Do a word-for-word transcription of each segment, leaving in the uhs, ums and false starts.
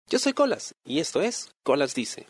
Yo soy Colas y esto es Colas Dice.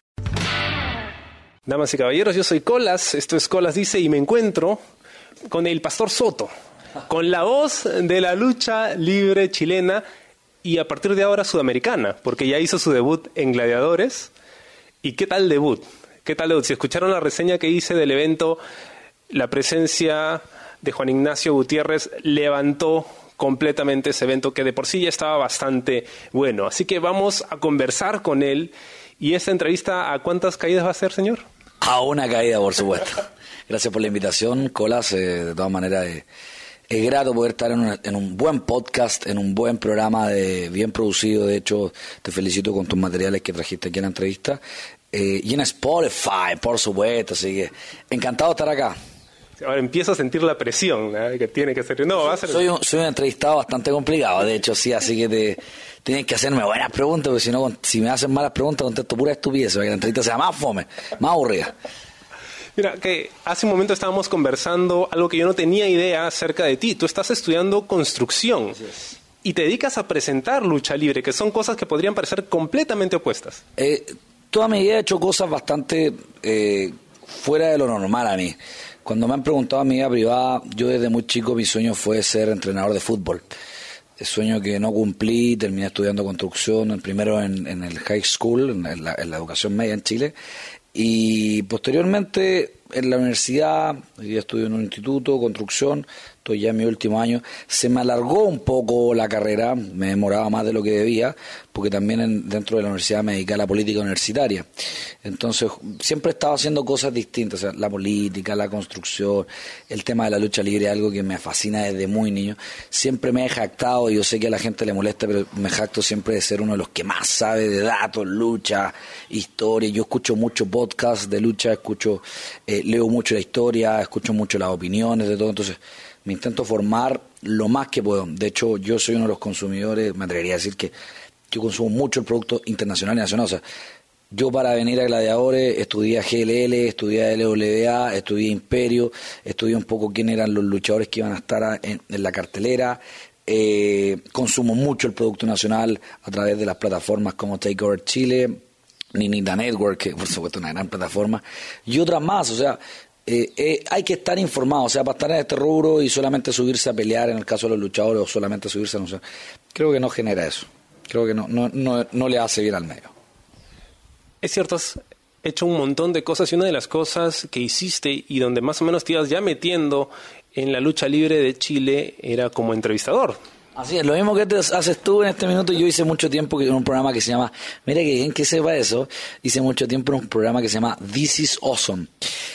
Damas y caballeros, yo soy Colas, esto es Colas Dice y me encuentro con el Pastor Soto, con la voz de la lucha libre chilena y a partir de ahora sudamericana, porque ya hizo su debut en Gladiadores. ¿Y qué tal debut? ¿Qué tal debut? Si escucharon la reseña que hice del evento, la presencia de Juan Ignacio Gutiérrez levantó completamente ese evento que de por sí ya estaba bastante bueno. Así que vamos a conversar con él. ¿Y esta entrevista a cuántas caídas va a ser, señor? A una caída, por supuesto. Gracias por la invitación, Colas. Eh, de todas maneras, eh, es grato poder estar en, una, en un buen podcast, en un buen programa de, bien producido. De hecho, te felicito con tus materiales que trajiste aquí en la entrevista. Eh, y en Spotify, por supuesto. Así que encantado de estar acá. Ahora empiezo a sentir la presión, ¿eh? Que tiene que ser. No, va a ser. Soy un, soy un entrevistado bastante complicado, de hecho, sí, así que te tienes que hacerme buenas preguntas, porque si no, si me hacen malas preguntas, contesto pura estupidez, para que la entrevista sea más fome, más aburrida. Mira, que hace un momento estábamos conversando algo que yo no tenía idea acerca de ti. Tú estás estudiando construcción y te dedicas a presentar lucha libre, que son cosas que podrían parecer completamente opuestas. Eh, toda mi vida he hecho cosas bastante eh, fuera de lo normal a mí. Cuando me han preguntado a mi vida privada, yo desde muy chico mi sueño fue ser entrenador de fútbol. El sueño que no cumplí, terminé estudiando construcción, el primero en, en el high school, en la, en la educación media en Chile, y posteriormente en la universidad, hoy día estudio en un instituto, construcción, estoy ya en mi último año, se me alargó un poco la carrera, me demoraba más de lo que debía, porque también en, dentro de la universidad me dediqué a la política universitaria. Entonces, siempre he estado haciendo cosas distintas, o sea, la política, la construcción, el tema de la lucha libre, algo que me fascina desde muy niño. Siempre me he jactado, y yo sé que a la gente le molesta, pero me jacto siempre de ser uno de los que más sabe de datos, lucha, historia. Yo escucho mucho podcast de lucha, escucho, eh, leo mucho la historia, escucho mucho las opiniones de todo, entonces me intento formar lo más que puedo. De hecho, yo soy uno de los consumidores, me atrevería a decir que yo consumo mucho el producto internacional y nacional. O sea, yo para venir a Gladiadores estudié G L L, estudié L W A, estudié Imperio, estudié un poco quién eran los luchadores que iban a estar en, en la cartelera. Eh, consumo mucho el producto nacional a través de las plataformas como Takeover Chile, Ninita Network, que por supuesto es una gran plataforma, y otras más. O sea, Eh, eh, hay que estar informado, o sea, para estar en este rubro y solamente subirse a pelear en el caso de los luchadores o solamente subirse a no sé, creo que no genera eso, creo que no, no, no, no le hace bien al medio. Es cierto, has hecho un montón de cosas y una de las cosas que hiciste y donde más o menos te ibas ya metiendo en la lucha libre de Chile era como entrevistador. Así es, lo mismo que te haces tú en este minuto. Yo hice mucho tiempo en un programa que se llama, mira que bien que sepa eso, hice mucho tiempo en un programa que se llama This is Awesome.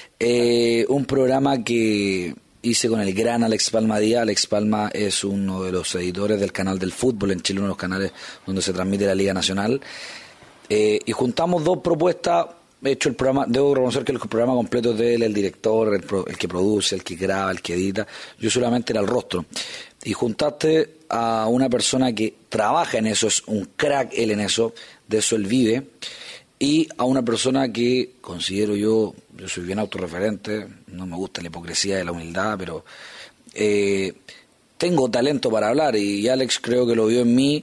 Eh, un programa que hice con el gran Alex Palma Díaz. Alex Palma es uno de los editores del canal del fútbol en Chile, uno de los canales donde se transmite la Liga Nacional. Eh, y juntamos dos propuestas. He hecho el programa, debo reconocer que el programa completo es de él, el director, el, pro, el que produce, el que graba, el que edita. Yo solamente era el rostro. Y juntaste a una persona que trabaja en eso, es un crack él en eso, de eso él vive, y a una persona que considero yo, yo soy bien autorreferente, no me gusta la hipocresía de la humildad, pero eh, tengo talento para hablar, y Alex creo que lo vio en mí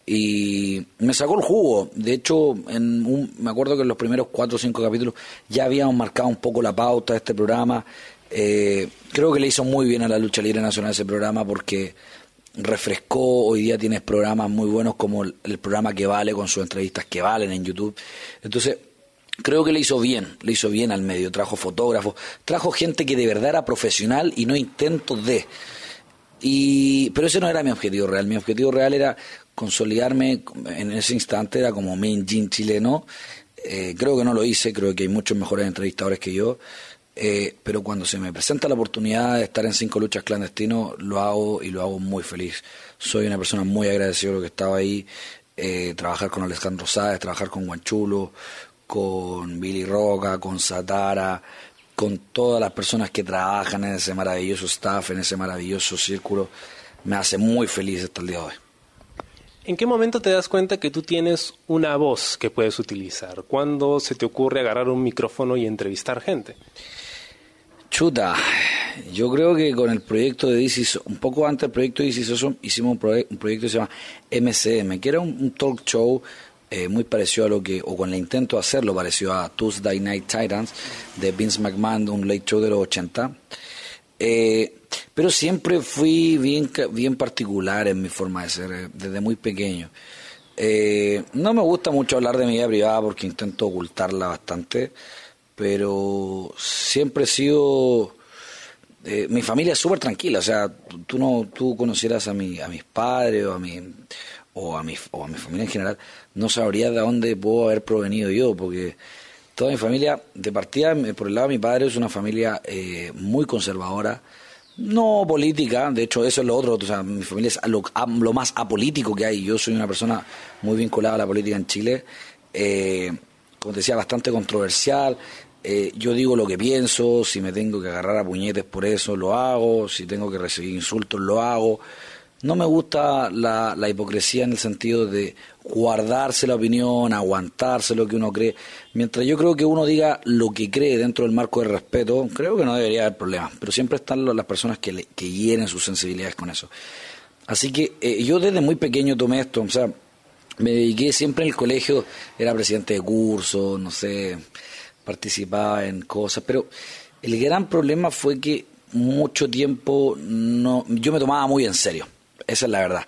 y me sacó el jugo. De hecho, en un, me acuerdo que en los primeros cuatro o cinco capítulos ya habíamos marcado un poco la pauta de este programa. Eh, creo que le hizo muy bien a la lucha libre nacional ese programa, porque refrescó. Hoy día tienes programas muy buenos como el, el programa Que Vale, con sus entrevistas que valen en YouTube. Entonces creo que le hizo bien, le hizo bien al medio. Trajo fotógrafos, trajo gente que de verdad era profesional y no intentos de. Y pero ese no era mi objetivo real. Mi objetivo real era consolidarme en ese instante, era como main gym chileno. Eh, creo que no lo hice, creo que hay muchos mejores entrevistadores que yo. Eh, pero cuando se me presenta la oportunidad de estar en Cinco Luchas Clandestino, lo hago y lo hago muy feliz. Soy una persona muy agradecida de lo que estaba ahí, eh, trabajar con Alejandro Sáez, trabajar con Guanchulo, con Billy Roca, con Satara, con todas las personas que trabajan en ese maravilloso staff, en ese maravilloso círculo, me hace muy feliz hasta el día de hoy. ¿En qué momento te das cuenta que tú tienes una voz que puedes utilizar? ¿Cuándo se te ocurre agarrar un micrófono y entrevistar gente? Chuta, yo creo que con el proyecto de D C, un poco antes del proyecto de D C hicimos un, proye- un proyecto que se llama M C M, que era un, un talk show eh, muy parecido a lo que, o con el intento de hacerlo, pareció a Tuesday Night Titans de Vince McMahon, un late show de los ochenta. Eh, pero siempre fui bien, bien particular en mi forma de ser, eh, desde muy pequeño. Eh, no me gusta mucho hablar de mi vida privada porque intento ocultarla bastante, pero siempre he sido... Eh, mi familia es súper tranquila, o sea, tú no tú conocieras a mi a mis padres o a mi o a mi o a mi familia en general, no sabrías de dónde puedo haber provenido yo, porque toda mi familia, de partida, por el lado de mi padre, es una familia eh, muy conservadora, no política, de hecho eso es lo otro, o sea, mi familia es lo, lo más apolítico que hay. Yo soy una persona muy vinculada a la política en Chile, eh, como te decía, bastante controversial. Eh, yo digo lo que pienso, si me tengo que agarrar a puñetes por eso, lo hago, si tengo que recibir insultos, lo hago. No me gusta la, la hipocresía en el sentido de guardarse la opinión, aguantarse lo que uno cree. Mientras yo creo que uno diga lo que cree dentro del marco del respeto, creo que no debería haber problemas, pero siempre están las personas que, le, que hieren sus sensibilidades con eso. Así que eh, yo desde muy pequeño tomé esto, o sea, me dediqué siempre en el colegio, era presidente de curso, no sé... participaba en cosas, pero el gran problema fue que mucho tiempo no, yo me tomaba muy en serio, esa es la verdad.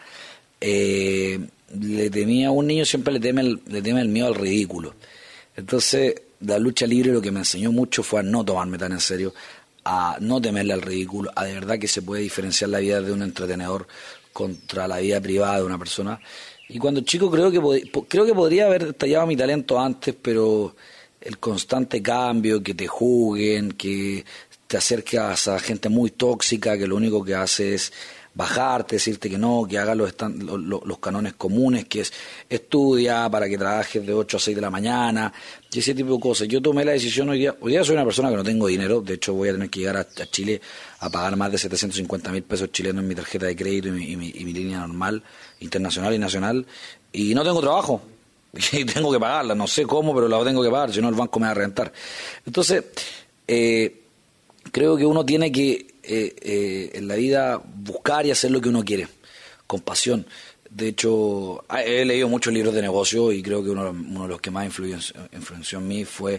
Eh, le temía a un niño, siempre le teme, el, le teme el miedo al ridículo. Entonces, la lucha libre lo que me enseñó mucho fue a no tomarme tan en serio, a no temerle al ridículo, a de verdad que se puede diferenciar la vida de un entretenedor contra la vida privada de una persona. Y cuando chico creo que pod- creo que podría haber estallado mi talento antes, pero el constante cambio, que te juzguen, que te acercas a gente muy tóxica que lo único que hace es bajarte, decirte que no, que hagas los, los, los canones comunes, que es estudia para que trabajes de ocho a seis de la mañana, y ese tipo de cosas. Yo tomé la decisión hoy día, hoy día soy una persona que no tengo dinero, de hecho voy a tener que llegar a, a Chile a pagar más de setecientos cincuenta mil pesos chilenos en mi tarjeta de crédito y mi, y mi, y mi línea normal, internacional y nacional, y no tengo trabajo. Y tengo que pagarla, no sé cómo, pero la tengo que pagar, si no el banco me va a reventar. Entonces, eh, creo que uno tiene que eh, eh, en la vida buscar y hacer lo que uno quiere, con pasión. De hecho, he leído muchos libros de negocio y creo que uno, uno de los que más influenció, influenció en mí fue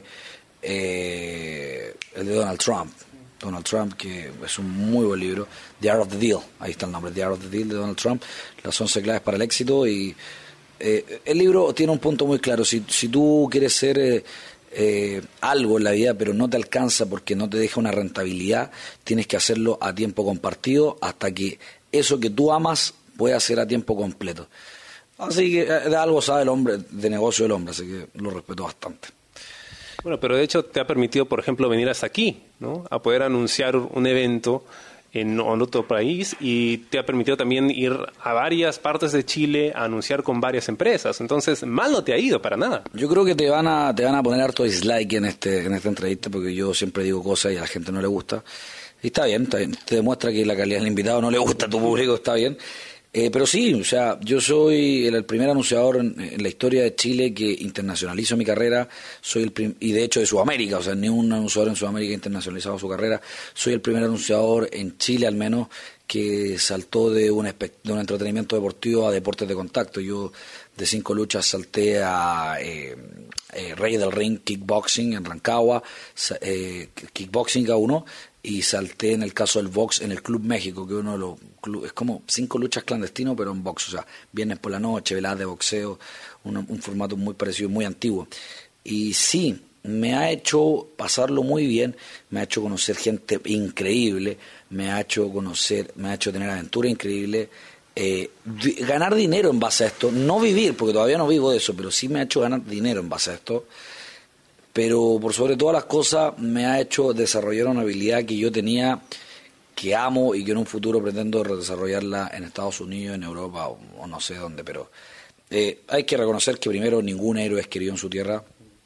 eh, el de Donald Trump. Donald Trump, que es un muy buen libro, The Art of the Deal, ahí está el nombre, The Art of the Deal de Donald Trump, las once claves para el éxito. Y Eh, el libro tiene un punto muy claro. Si, si tú quieres ser eh, eh, algo en la vida pero no te alcanza porque no te deja una rentabilidad, tienes que hacerlo a tiempo compartido hasta que eso que tú amas pueda ser a tiempo completo. Así que eh, de algo sabe el hombre, de negocio del hombre, así que lo respeto bastante. Bueno, pero de hecho te ha permitido, por ejemplo, venir hasta aquí, ¿no? A poder anunciar un evento en otro país, y te ha permitido también ir a varias partes de Chile a anunciar con varias empresas. Entonces, mal no te ha ido para nada. Yo creo que te van a te van a poner harto dislike en este en esta entrevista porque yo siempre digo cosas y a la gente no le gusta. Y está bien, está bien. Te demuestra que la calidad del invitado no le gusta a tu público, está bien. Eh, pero sí, o sea, yo soy el, el primer anunciador en, en la historia de Chile que internacionalizo mi carrera, soy el prim- y de hecho de Sudamérica, o sea, ni un anunciador en Sudamérica ha internacionalizado su carrera. Soy el primer anunciador en Chile, al menos, que saltó de un, espe- de un entretenimiento deportivo a deportes de contacto. Yo de cinco luchas salté a eh, eh, Rey del Ring, kickboxing en Rancagua, eh, kickboxing a uno, y salté en el caso del box en el Club México, que uno de los clubes, es como cinco luchas clandestinos pero en box, o sea, viernes por la noche, veladas de boxeo, un, un formato muy parecido, muy antiguo. Y sí, me ha hecho pasarlo muy bien, me ha hecho conocer gente increíble, me ha hecho conocer, me ha hecho tener aventuras increíbles, eh, di- ganar dinero en base a esto, no vivir, porque todavía no vivo de eso, pero sí me ha hecho ganar dinero en base a esto. Pero por sobre todas las cosas me ha hecho desarrollar una habilidad que yo tenía, que amo y que en un futuro pretendo desarrollarla en Estados Unidos, en Europa o, o no sé dónde. Pero eh, hay que reconocer que primero ningún héroe es querido en su tierra.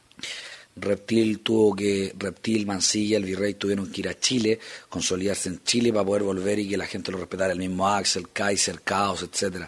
Reptil tuvo que, Reptil, Mansilla, el Virrey tuvieron que ir a Chile, consolidarse en Chile para poder volver y que la gente lo respetara, el mismo Axel, Kaiser, Caos, etcétera.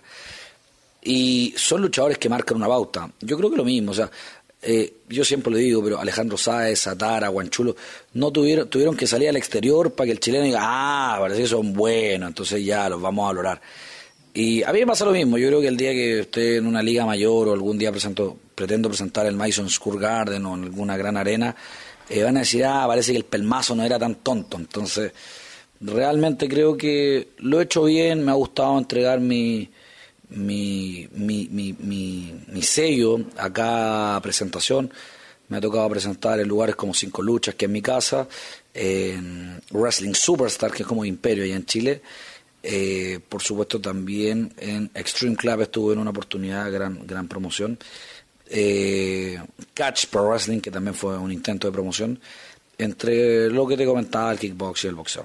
Y son luchadores que marcan una pauta. Yo creo que lo mismo, o sea, Eh, yo siempre lo digo, pero Alejandro Sáez, Satara, Guanchulo, no tuvieron, tuvieron que salir al exterior para que el chileno diga, ah, parece que son buenos, entonces ya los vamos a valorar. Y a mí me pasa lo mismo, yo creo que el día que esté en una liga mayor o algún día presento, pretendo presentar el Madison Square Garden o en alguna gran arena, eh, van a decir, ah, parece que el pelmazo no era tan tonto. Entonces, realmente creo que lo he hecho bien, me ha gustado entregar mi, mi, mi, mi, mi, mi sello a cada presentación. Me ha tocado presentar en lugares como Cinco Luchas, que es mi casa, en Wrestling Superstar, que es como Imperio allá en Chile. Eh, por supuesto también en Extreme Club estuve en una oportunidad, gran, gran promoción. Eh, Catch Pro Wrestling, que también fue un intento de promoción, entre lo que te comentaba, el kickbox y el boxeo.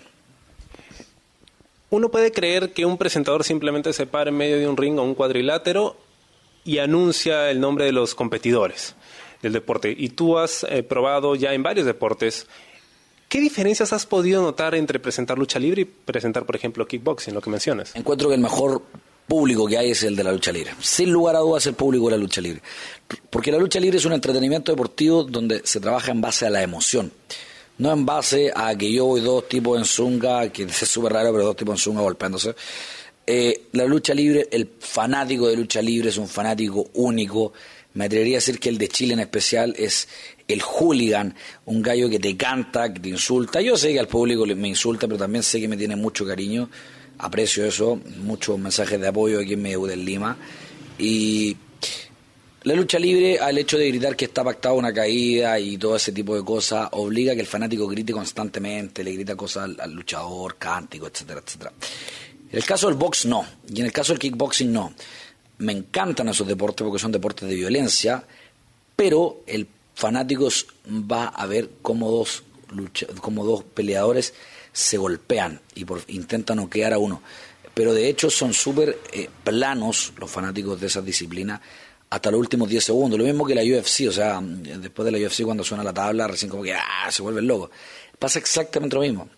Uno puede creer que un presentador simplemente se para en medio de un ring o un cuadrilátero y anuncia el nombre de los competidores del deporte. Y tú has eh, probado ya en varios deportes. ¿Qué diferencias has podido notar entre presentar lucha libre y presentar, por ejemplo, kickboxing, lo que mencionas? Encuentro que el mejor público que hay es el de la lucha libre. Sin lugar a dudas, el público de la lucha libre. Porque la lucha libre es un entretenimiento deportivo donde se trabaja en base a la emoción. No en base a que yo voy dos tipos en zunga, que es súper raro, pero dos tipos en zunga golpeándose. Eh, la lucha libre, el fanático de lucha libre es un fanático único. Me atrevería a decir que el de Chile en especial es el hooligan, un gallo que te canta, que te insulta. Yo sé que al público me insulta, pero también sé que me tiene mucho cariño. Aprecio eso, muchos mensajes de apoyo aquí en M U del Lima. Y la lucha libre, al hecho de gritar que está pactada una caída y todo ese tipo de cosas, obliga a que el fanático grite constantemente, le grita cosas al, al luchador, cántico, etcétera, etcétera. En el caso del box, no. Y en el caso del kickboxing, no. Me encantan esos deportes porque son deportes de violencia, pero el fanático va a ver cómo dos, lucha, cómo dos peleadores se golpean y por, intentan noquear a uno. Pero de hecho son súper eh, planos los fanáticos de esas disciplinas hasta los últimos diez segundos. Lo mismo que la U F C, o sea, después de la U F C cuando suena la tabla, recién como que ¡ah! Se vuelven locos. Pasa exactamente lo mismo.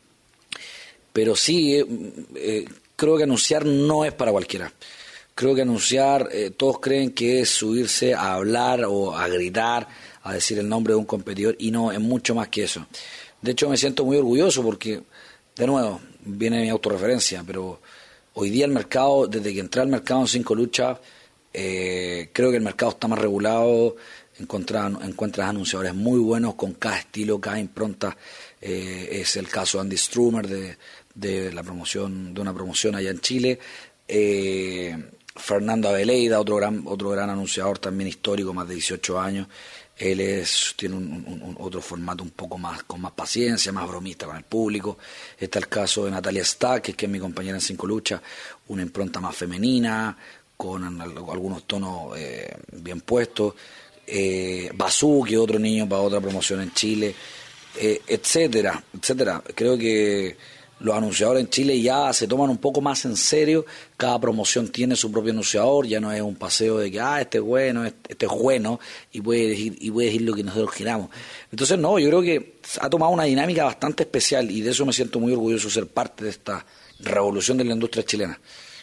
Pero sí, eh, eh, creo que anunciar no es para cualquiera. Creo que anunciar, eh, todos creen que es subirse a hablar o a gritar, a decir el nombre de un competidor, y no, es mucho más que eso. De hecho, me siento muy orgulloso porque, de nuevo, viene mi autorreferencia, pero hoy día el mercado, desde que entré al mercado en Cinco Luchas, eh, creo que el mercado está más regulado, encuentras, encuentras anunciadores muy buenos con cada estilo, cada impronta. Eh, es el caso de Andy Strummer, de, de, la promoción, de una promoción allá en Chile. Eh, Fernando Aveleida, otro gran otro gran anunciador también histórico, más de dieciocho años. Él es tiene un, un, un otro formato un poco más con más paciencia, más bromista con el público. Está el caso de Natalia Stack, que es mi compañera en Cinco Luchas, una impronta más femenina, con algunos tonos eh, bien puestos. Eh, Bazú, que es otro niño para otra promoción en Chile, eh, etcétera, etcétera. Creo que los anunciadores en Chile ya se toman un poco más en serio. Cada promoción tiene su propio anunciador, ya no es un paseo de que ah, este es bueno, este es bueno y puede decir, y puede decir lo que nosotros queramos. Entonces no, yo creo que ha tomado una dinámica bastante especial y de eso me siento muy orgulloso de ser parte de esta revolución de la industria chilena.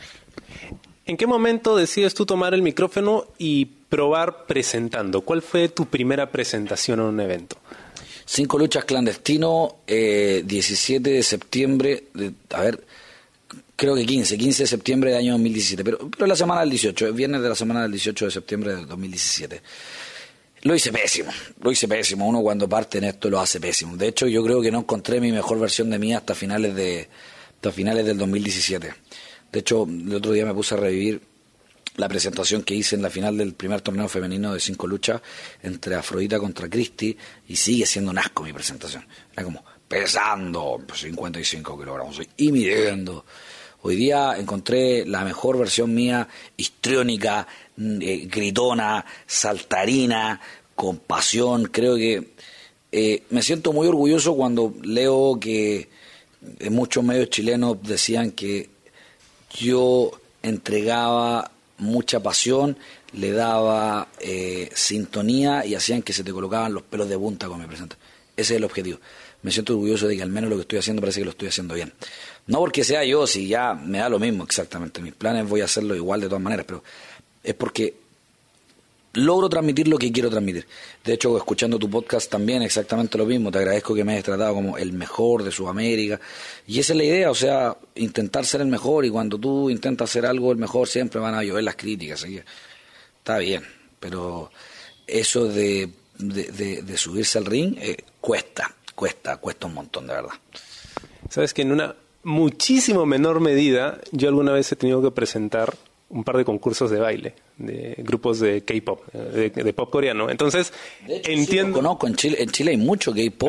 ¿En qué momento decides tú tomar el micrófono y probar presentando? ¿Cuál fue tu primera presentación en un evento? Cinco Luchas clandestino, eh, diecisiete de septiembre, de, a ver, creo que quince, quince de septiembre del año dos mil diecisiete, pero, pero la semana del dieciocho, viernes de la semana del dieciocho de septiembre del dos mil diecisiete. Lo hice pésimo, lo hice pésimo, uno cuando parte en esto lo hace pésimo. De hecho, yo creo que no encontré mi mejor versión de mí hasta finales, de, hasta finales del dos mil diecisiete. De hecho, el otro día me puse a revivir la presentación que hice en la final del primer torneo femenino de Cinco Luchas entre Afrodita contra Cristi, y sigue siendo un asco mi presentación. Era como pesando cincuenta y cinco kilogramos y midiendo. Hoy día encontré la mejor versión mía, histriónica, eh, gritona, saltarina, con pasión. Creo que eh, me siento muy orgulloso cuando leo que en muchos medios chilenos decían que yo entregaba mucha pasión, le daba eh, sintonía y hacían que se te colocaban los pelos de punta con mi presentación. Ese es el objetivo. Me siento orgulloso de que al menos lo que estoy haciendo parece que lo estoy haciendo bien. No porque sea yo, si ya me da lo mismo exactamente. Mis planes voy a hacerlo igual de todas maneras, pero es porque logro transmitir lo que quiero transmitir. De hecho, escuchando tu podcast también exactamente lo mismo. Te agradezco que me hayas tratado como el mejor de Sudamérica. Y esa es la idea, o sea, intentar ser el mejor. Y cuando tú intentas hacer algo el mejor, siempre van a llover las críticas. Así que está bien, pero eso de, de, de, de subirse al ring eh, cuesta, cuesta, cuesta un montón, de verdad. Sabes que en una muchísimo menor medida, yo alguna vez he tenido que presentar un par de concursos de baile, de grupos de K-pop, de, de pop coreano. Entonces, de hecho, entiendo... Sí, lo conozco, en Chile, en Chile hay mucho K-pop.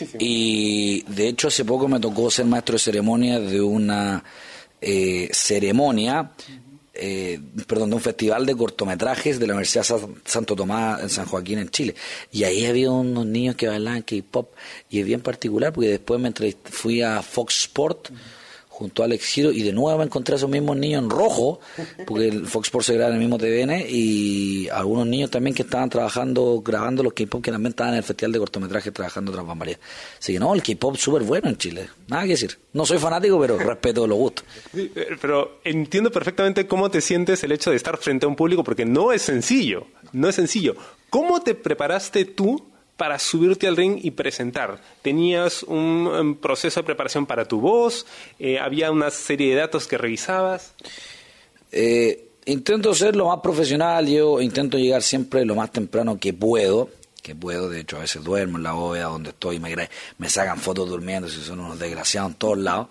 Y de hecho hace poco me tocó ser maestro de ceremonia de una eh, ceremonia, eh, perdón, de un festival de cortometrajes de la Universidad Santo Tomás en San Joaquín, en Chile. Y ahí había unos niños que bailaban K-pop, y es bien particular porque después me entrevisté, fui a Fox Sport junto a Alex Giro, y de nuevo me encontré a esos mismos niños en rojo, porque el Fox Sports se graba en el mismo T V N, y algunos niños también que estaban trabajando, grabando los K-pop, que también estaban en el festival de cortometrajes trabajando tras bambalinas. Así que no, el K-pop súper bueno en Chile, nada que decir. No soy fanático, pero respeto los gustos. Sí, pero entiendo perfectamente cómo te sientes el hecho de estar frente a un público, porque no es sencillo, no es sencillo. ¿Cómo te preparaste tú para subirte al ring y presentar? ¿Tenías un, un proceso de preparación para tu voz? Eh, ¿Había una serie de datos que revisabas? Eh, intento ser lo más profesional, yo intento llegar siempre lo más temprano que puedo, que puedo, de hecho a veces duermo en la bóveda donde estoy, me, me sacan fotos durmiendo, si son unos desgraciados en todos lados.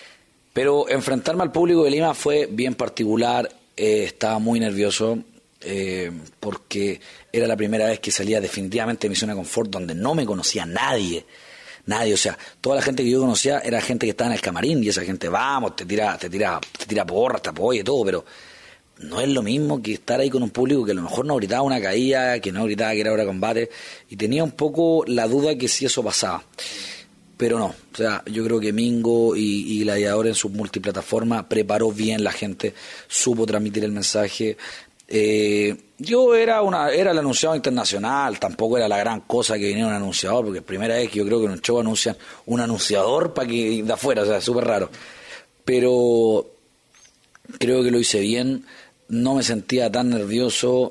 Pero enfrentarme al público de Lima fue bien particular, eh, estaba muy nervioso, Eh, porque era la primera vez que salía definitivamente de mi zona de confort, donde no me conocía nadie, nadie, o sea, toda la gente que yo conocía era gente que estaba en el camarín, y esa gente, vamos, te tira, te tira, te tira porras, te apoya y todo, pero no es lo mismo que estar ahí con un público que a lo mejor no gritaba una caída, que no gritaba que era hora de combate, y tenía un poco la duda que si eso pasaba. Pero no, o sea, yo creo que Mingo y, y Gladiador en su multiplataforma preparó bien la gente, supo transmitir el mensaje. Eh, yo era una era el anunciado internacional, tampoco era la gran cosa que viniera un anunciador, porque es la primera vez que yo creo que en un show anuncian un anunciador para que de afuera, o sea, súper raro. Pero creo que lo hice bien, no me sentía tan nervioso.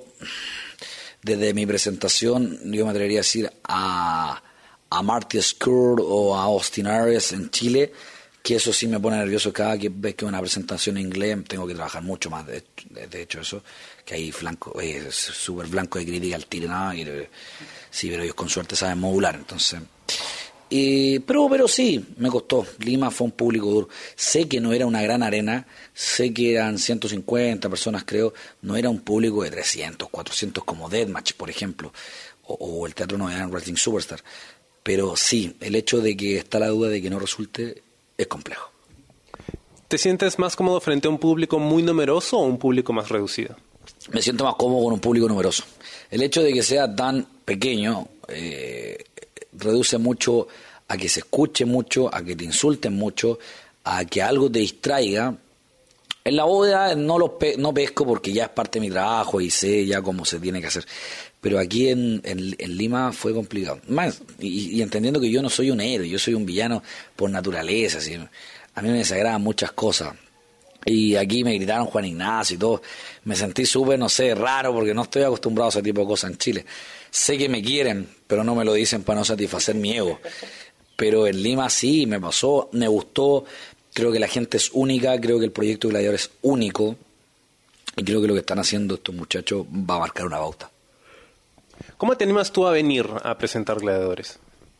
Desde mi presentación, yo me atrevería a decir a, a Marty Scurll o a Austin Aries en Chile, que eso sí me pone nervioso cada vez que una presentación en inglés, tengo que trabajar mucho más, de, de, de hecho eso, que ahí flanco, eh, súper blanco de crítica al tiro, nada, y, sí, pero ellos con suerte saben modular, entonces, y, pero, pero sí, me costó. Lima fue un público duro, sé que no era una gran arena, sé que eran ciento cincuenta personas creo, no era un público de trescientos, cuatrocientos como Deathmatch, por ejemplo, o, o el Teatro Novedad en Wrestling Superstar, pero sí, el hecho de que está la duda de que no resulte es complejo. ¿Te sientes más cómodo frente a un público muy numeroso o un público más reducido? Me siento más cómodo con un público numeroso. El hecho de que sea tan pequeño eh, reduce mucho a que se escuche mucho, a que te insulten mucho, a que algo te distraiga. En la bóveda no lo pe- no pesco porque ya es parte de mi trabajo y sé ya cómo se tiene que hacer. Pero aquí en, en, en Lima fue complicado. Más, y, y entendiendo que yo no soy un héroe, yo soy un villano por naturaleza. ¿Sí? A mí me desagradan muchas cosas. Y aquí me gritaron Juan Ignacio y todo. Me sentí súper, no sé, raro porque no estoy acostumbrado a ese tipo de cosas en Chile. Sé que me quieren, pero no me lo dicen para no satisfacer mi ego. Pero en Lima sí, me pasó, me gustó. Creo que la gente es única, creo que el proyecto Gladiador es único. Y creo que lo que están haciendo estos muchachos va a marcar una pauta. ¿Cómo te animas tú a venir a presentar Gladiadores?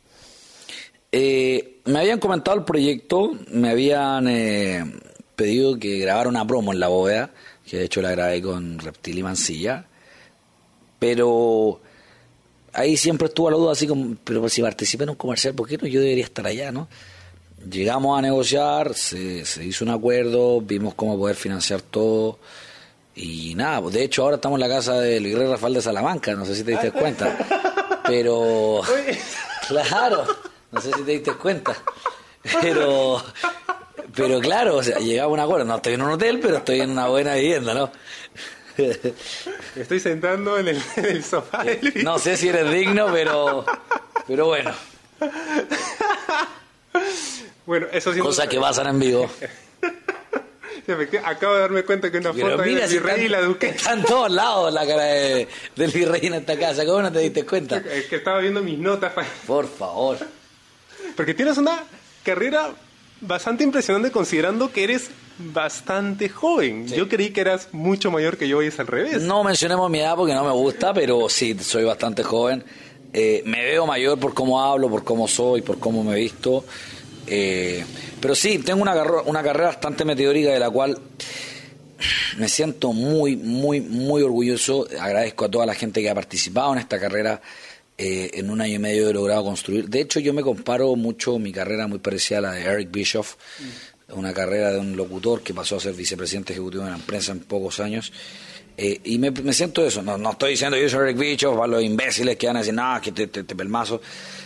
Eh, me habían comentado el proyecto, me habían eh, pedido que grabara una promo en la bóveda, que de hecho la grabé con Reptil y Mancilla, pero ahí siempre estuvo la duda así como, pero si participo en un comercial, ¿por qué no? Yo debería estar allá, ¿no? Llegamos a negociar, se, se hizo un acuerdo, vimos cómo poder financiar todo. Y nada, pues de hecho ahora estamos en la casa del virrey Rafael de Salamanca, no sé si te diste cuenta, pero claro, no sé si te diste cuenta, pero pero claro, o sea, llegamos a un acuerdo, no estoy en un hotel, pero estoy en una buena vivienda, ¿no? Estoy sentando en el, en el sofá del... No sé si eres digno, pero pero bueno. Bueno, eso sí. Cosas que pasan en vivo. Acabo de darme cuenta que una pero foto mira, del si virrey están, y la duquesa. Está en todos lados la cara de, del virrey en esta casa. ¿Cómo no te diste cuenta? Es que estaba viendo mis notas. Por favor. Porque tienes una carrera bastante impresionante considerando que eres bastante joven. Sí. Yo creí que eras mucho mayor que yo y es al revés. No mencionemos mi edad porque no me gusta, pero sí, soy bastante joven. Eh, me veo mayor por cómo hablo, por cómo soy, por cómo me visto. Eh, pero sí, tengo una, una carrera bastante meteórica de la cual me siento muy, muy, muy orgulloso. Agradezco a toda la gente que ha participado en esta carrera. Eh, en un año y medio he logrado construir. De hecho, yo me comparo mucho mi carrera muy parecida a la de Eric Bischoff, mm. una carrera de un locutor que pasó a ser vicepresidente ejecutivo de una empresa en pocos años. Eh, y me, me siento eso. No, no estoy diciendo yo soy Eric Bischoff, a los imbéciles que van a decir, nada, que te, te, te pelmazo.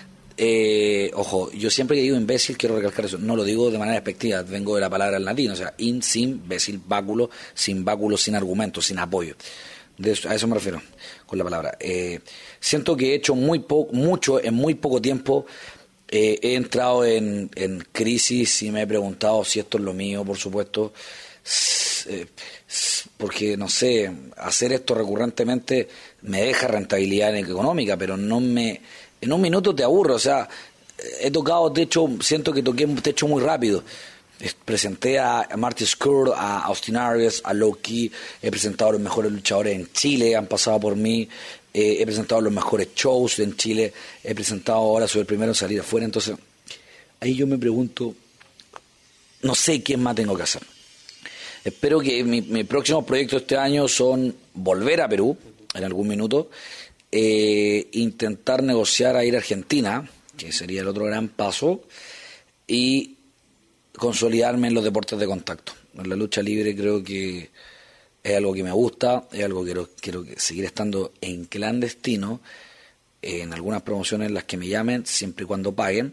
Eh, ojo, yo siempre que digo imbécil quiero recalcar eso, no lo digo de manera despectiva, vengo de la palabra en latín, o sea, in, sin, bécil, báculo, sin báculo, sin argumento, sin apoyo. De eso, a eso me refiero con la palabra. Eh, siento que he hecho muy poco, mucho en muy poco tiempo. Eh, he entrado en, en crisis y me he preguntado si esto es lo mío, por supuesto. Eh, porque, no sé, hacer esto recurrentemente me deja rentabilidad económica, pero no me... En un minuto te aburro, o sea, he tocado techo, siento que toqué un techo muy rápido. Presenté a Marty Scurll, a Austin Aries, a Loki, he presentado a los mejores luchadores en Chile, han pasado por mí, eh, he presentado los mejores shows en Chile, he presentado ahora, soy el primero en salir afuera, entonces ahí yo me pregunto, no sé qué más tengo que hacer. Espero que mi, mi próximo proyecto este año son volver a Perú en algún minuto, eh, intentar negociar a ir a Argentina, que sería el otro gran paso, y consolidarme en los deportes de contacto. En la lucha libre creo que es algo que me gusta, es algo que quiero, quiero seguir estando en clandestino, en algunas promociones en las que me llamen, siempre y cuando paguen,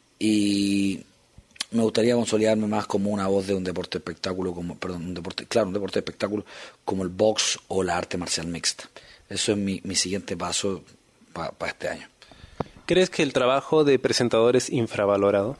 y me gustaría consolidarme más como una voz de un deporte de espectáculo, como, perdón, un deporte, claro, un deporte de espectáculo como el box o la arte marcial mixta. Eso es mi, mi siguiente paso para pa este año. ¿Crees que el trabajo de presentador es infravalorado?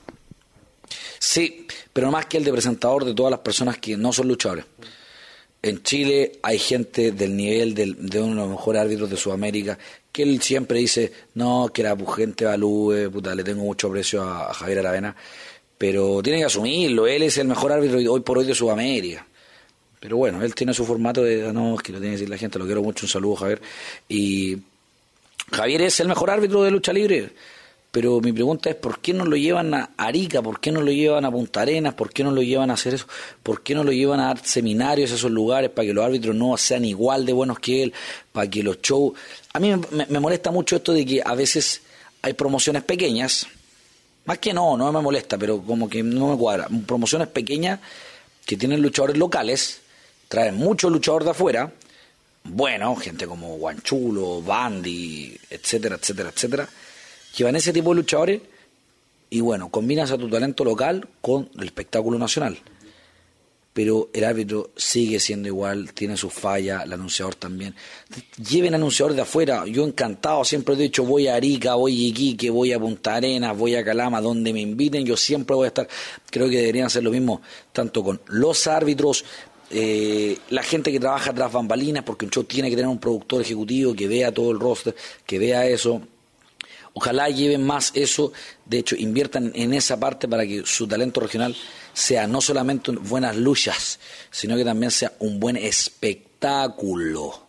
Sí, pero más que el de presentador de todas las personas que no son luchadores. En Chile hay gente del nivel del, de uno de los mejores árbitros de Sudamérica que él siempre dice, no, que la gente evalúe, puta, le tengo mucho aprecio a, a Javier Aravena, pero tiene que asumirlo, él es el mejor árbitro hoy por hoy de Sudamérica. Pero bueno, él tiene su formato de, no, es que lo tiene que decir la gente, lo quiero mucho, un saludo Javier. Y Javier es el mejor árbitro de lucha libre. Pero mi pregunta es, ¿por qué no lo llevan a Arica? ¿Por qué no lo llevan a Punta Arenas? ¿Por qué no lo llevan a hacer eso? ¿Por qué no lo llevan a dar seminarios a esos lugares para que los árbitros no sean igual de buenos que él? Para que los shows... A mí me, me molesta mucho esto de que a veces hay promociones pequeñas. Más que no, no me molesta, pero como que no me cuadra. Promociones pequeñas que tienen luchadores locales, traen muchos luchadores de afuera, bueno, gente como Guanchulo, Bandy, etcétera, etcétera, etcétera, que van ese tipo de luchadores y bueno, combinas a tu talento local con el espectáculo nacional. Pero el árbitro sigue siendo igual, tiene sus fallas, el anunciador también. Lleven anunciadores de afuera, yo encantado, siempre he dicho, voy a Arica, voy a Iquique, voy a Punta Arenas, voy a Calama, donde me inviten, yo siempre voy a estar. Creo que deberían hacer lo mismo, tanto con los árbitros, eh, la gente que trabaja tras bambalinas, porque un show tiene que tener un productor ejecutivo que vea todo el roster, que vea eso. Ojalá lleven más eso, de hecho inviertan en esa parte para que su talento regional sea no solamente buenas luchas, sino que también sea un buen espectáculo.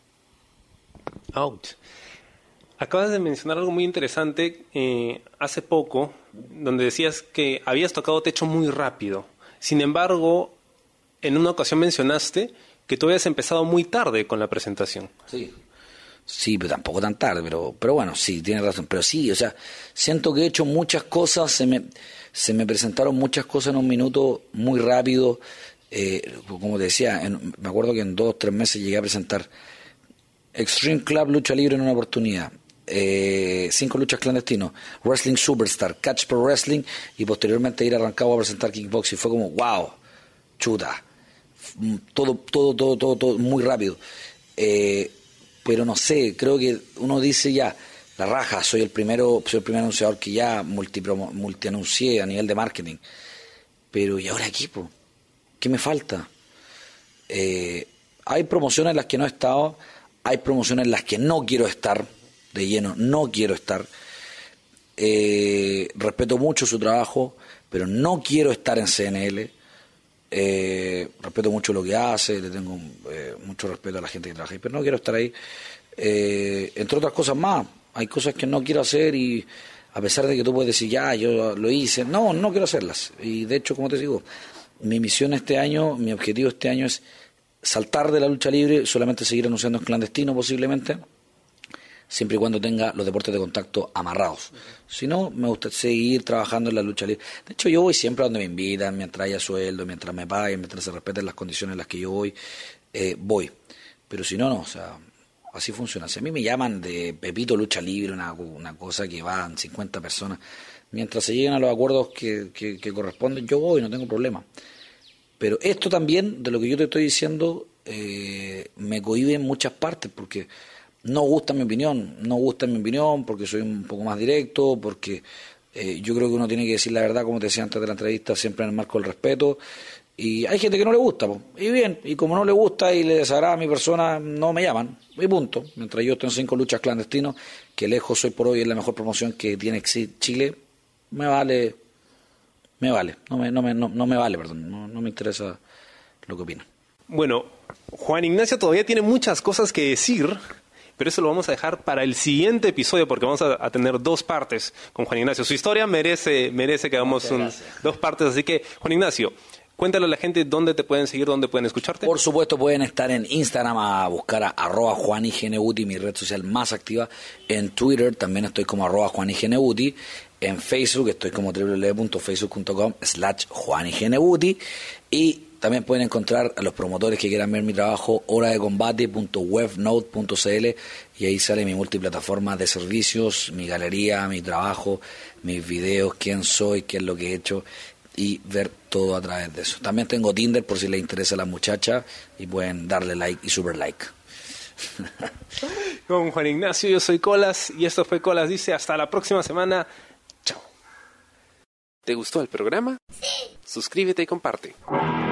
Ouch. Acabas de mencionar algo muy interesante eh, hace poco, donde decías que habías tocado techo muy rápido. Sin embargo, en una ocasión mencionaste que tú habías empezado muy tarde con la presentación. Sí. Sí, pero tampoco tan tarde, pero pero bueno, sí, tienes razón. Pero sí, o sea, siento que he hecho muchas cosas, se me se me presentaron muchas cosas en un minuto muy rápido. Eh, como te decía, en, me acuerdo que en dos o tres meses llegué a presentar Extreme Club Lucha Libre en una oportunidad, eh, cinco luchas clandestinos, Wrestling Superstar, Catch Pro Wrestling y posteriormente ir arrancado a presentar Kickboxing. Fue como, wow, chuta, todo, todo, todo, todo, todo muy rápido. Eh, pero no sé, creo que uno dice ya, la raja, soy el primero, soy el primer anunciador que ya multi, multi anuncié a nivel de marketing. Pero ¿y ahora equipo? ¿Qué me falta? Eh, hay promociones en las que no he estado, hay promociones en las que no quiero estar, de lleno, no quiero estar. Eh, respeto mucho su trabajo, pero no quiero estar en C N L. Eh, respeto mucho lo que hace, le tengo eh, mucho respeto a la gente que trabaja ahí, pero no quiero estar ahí. Eh, entre otras cosas más, hay cosas que no quiero hacer y a pesar de que tú puedes decir, ya, yo lo hice, no, no quiero hacerlas. Y de hecho, como te digo, mi misión este año, mi objetivo este año es saltar de la lucha libre, solamente seguir anunciando en clandestino posiblemente, siempre y cuando tenga los deportes de contacto amarrados. Si no, me gusta seguir trabajando en la lucha libre. De hecho, yo voy siempre a donde me invitan, mientras haya sueldo, mientras me paguen, mientras se respeten las condiciones en las que yo voy, eh, voy. Pero si no, no, o sea, así funciona. Si a mí me llaman de Pepito Lucha Libre, una, una cosa que van cincuenta personas, mientras se lleguen a los acuerdos que, que, que corresponden, yo voy, no tengo problema. Pero esto también, de lo que yo te estoy diciendo, eh, me cohíbe en muchas partes, porque no gusta mi opinión, no gusta mi opinión porque soy un poco más directo, porque eh, yo creo que uno tiene que decir la verdad, como te decía antes de la entrevista, siempre en el marco del respeto, y hay gente que no le gusta, po. Y bien, y como no le gusta y le desagrada a mi persona, no me llaman, y punto. Mientras yo estoy en cinco luchas clandestinos, que lejos hoy por hoy es la mejor promoción que tiene Chile, me vale, me vale, no me, no me, no, no me vale, perdón, no, no me interesa lo que opinan. Bueno, Juan Ignacio todavía tiene muchas cosas que decir, pero eso lo vamos a dejar para el siguiente episodio porque vamos a, a tener dos partes con Juan Ignacio. Su historia merece merece que hagamos un, dos partes, así que, Juan Ignacio, cuéntale a la gente dónde te pueden seguir, dónde pueden escucharte. Por supuesto, pueden estar en Instagram a buscar a arroba juanigenebuti, mi red social más activa. En Twitter también estoy como arroba juanigenebuti. En Facebook estoy como w w w punto facebook punto com slash juanigenebuti. Y también pueden encontrar a los promotores que quieran ver mi trabajo hora de combate punto webnode punto c l y ahí sale mi multiplataforma de servicios, mi galería, mi trabajo, mis videos, quién soy, qué es lo que he hecho y ver todo a través de eso. También tengo Tinder por si les interesa a la muchacha y pueden darle like y super like. Con Juan Ignacio, yo soy Colas y esto fue Colas Dice. Hasta la próxima semana. Chao. ¿Te gustó el programa? Sí. Suscríbete y comparte.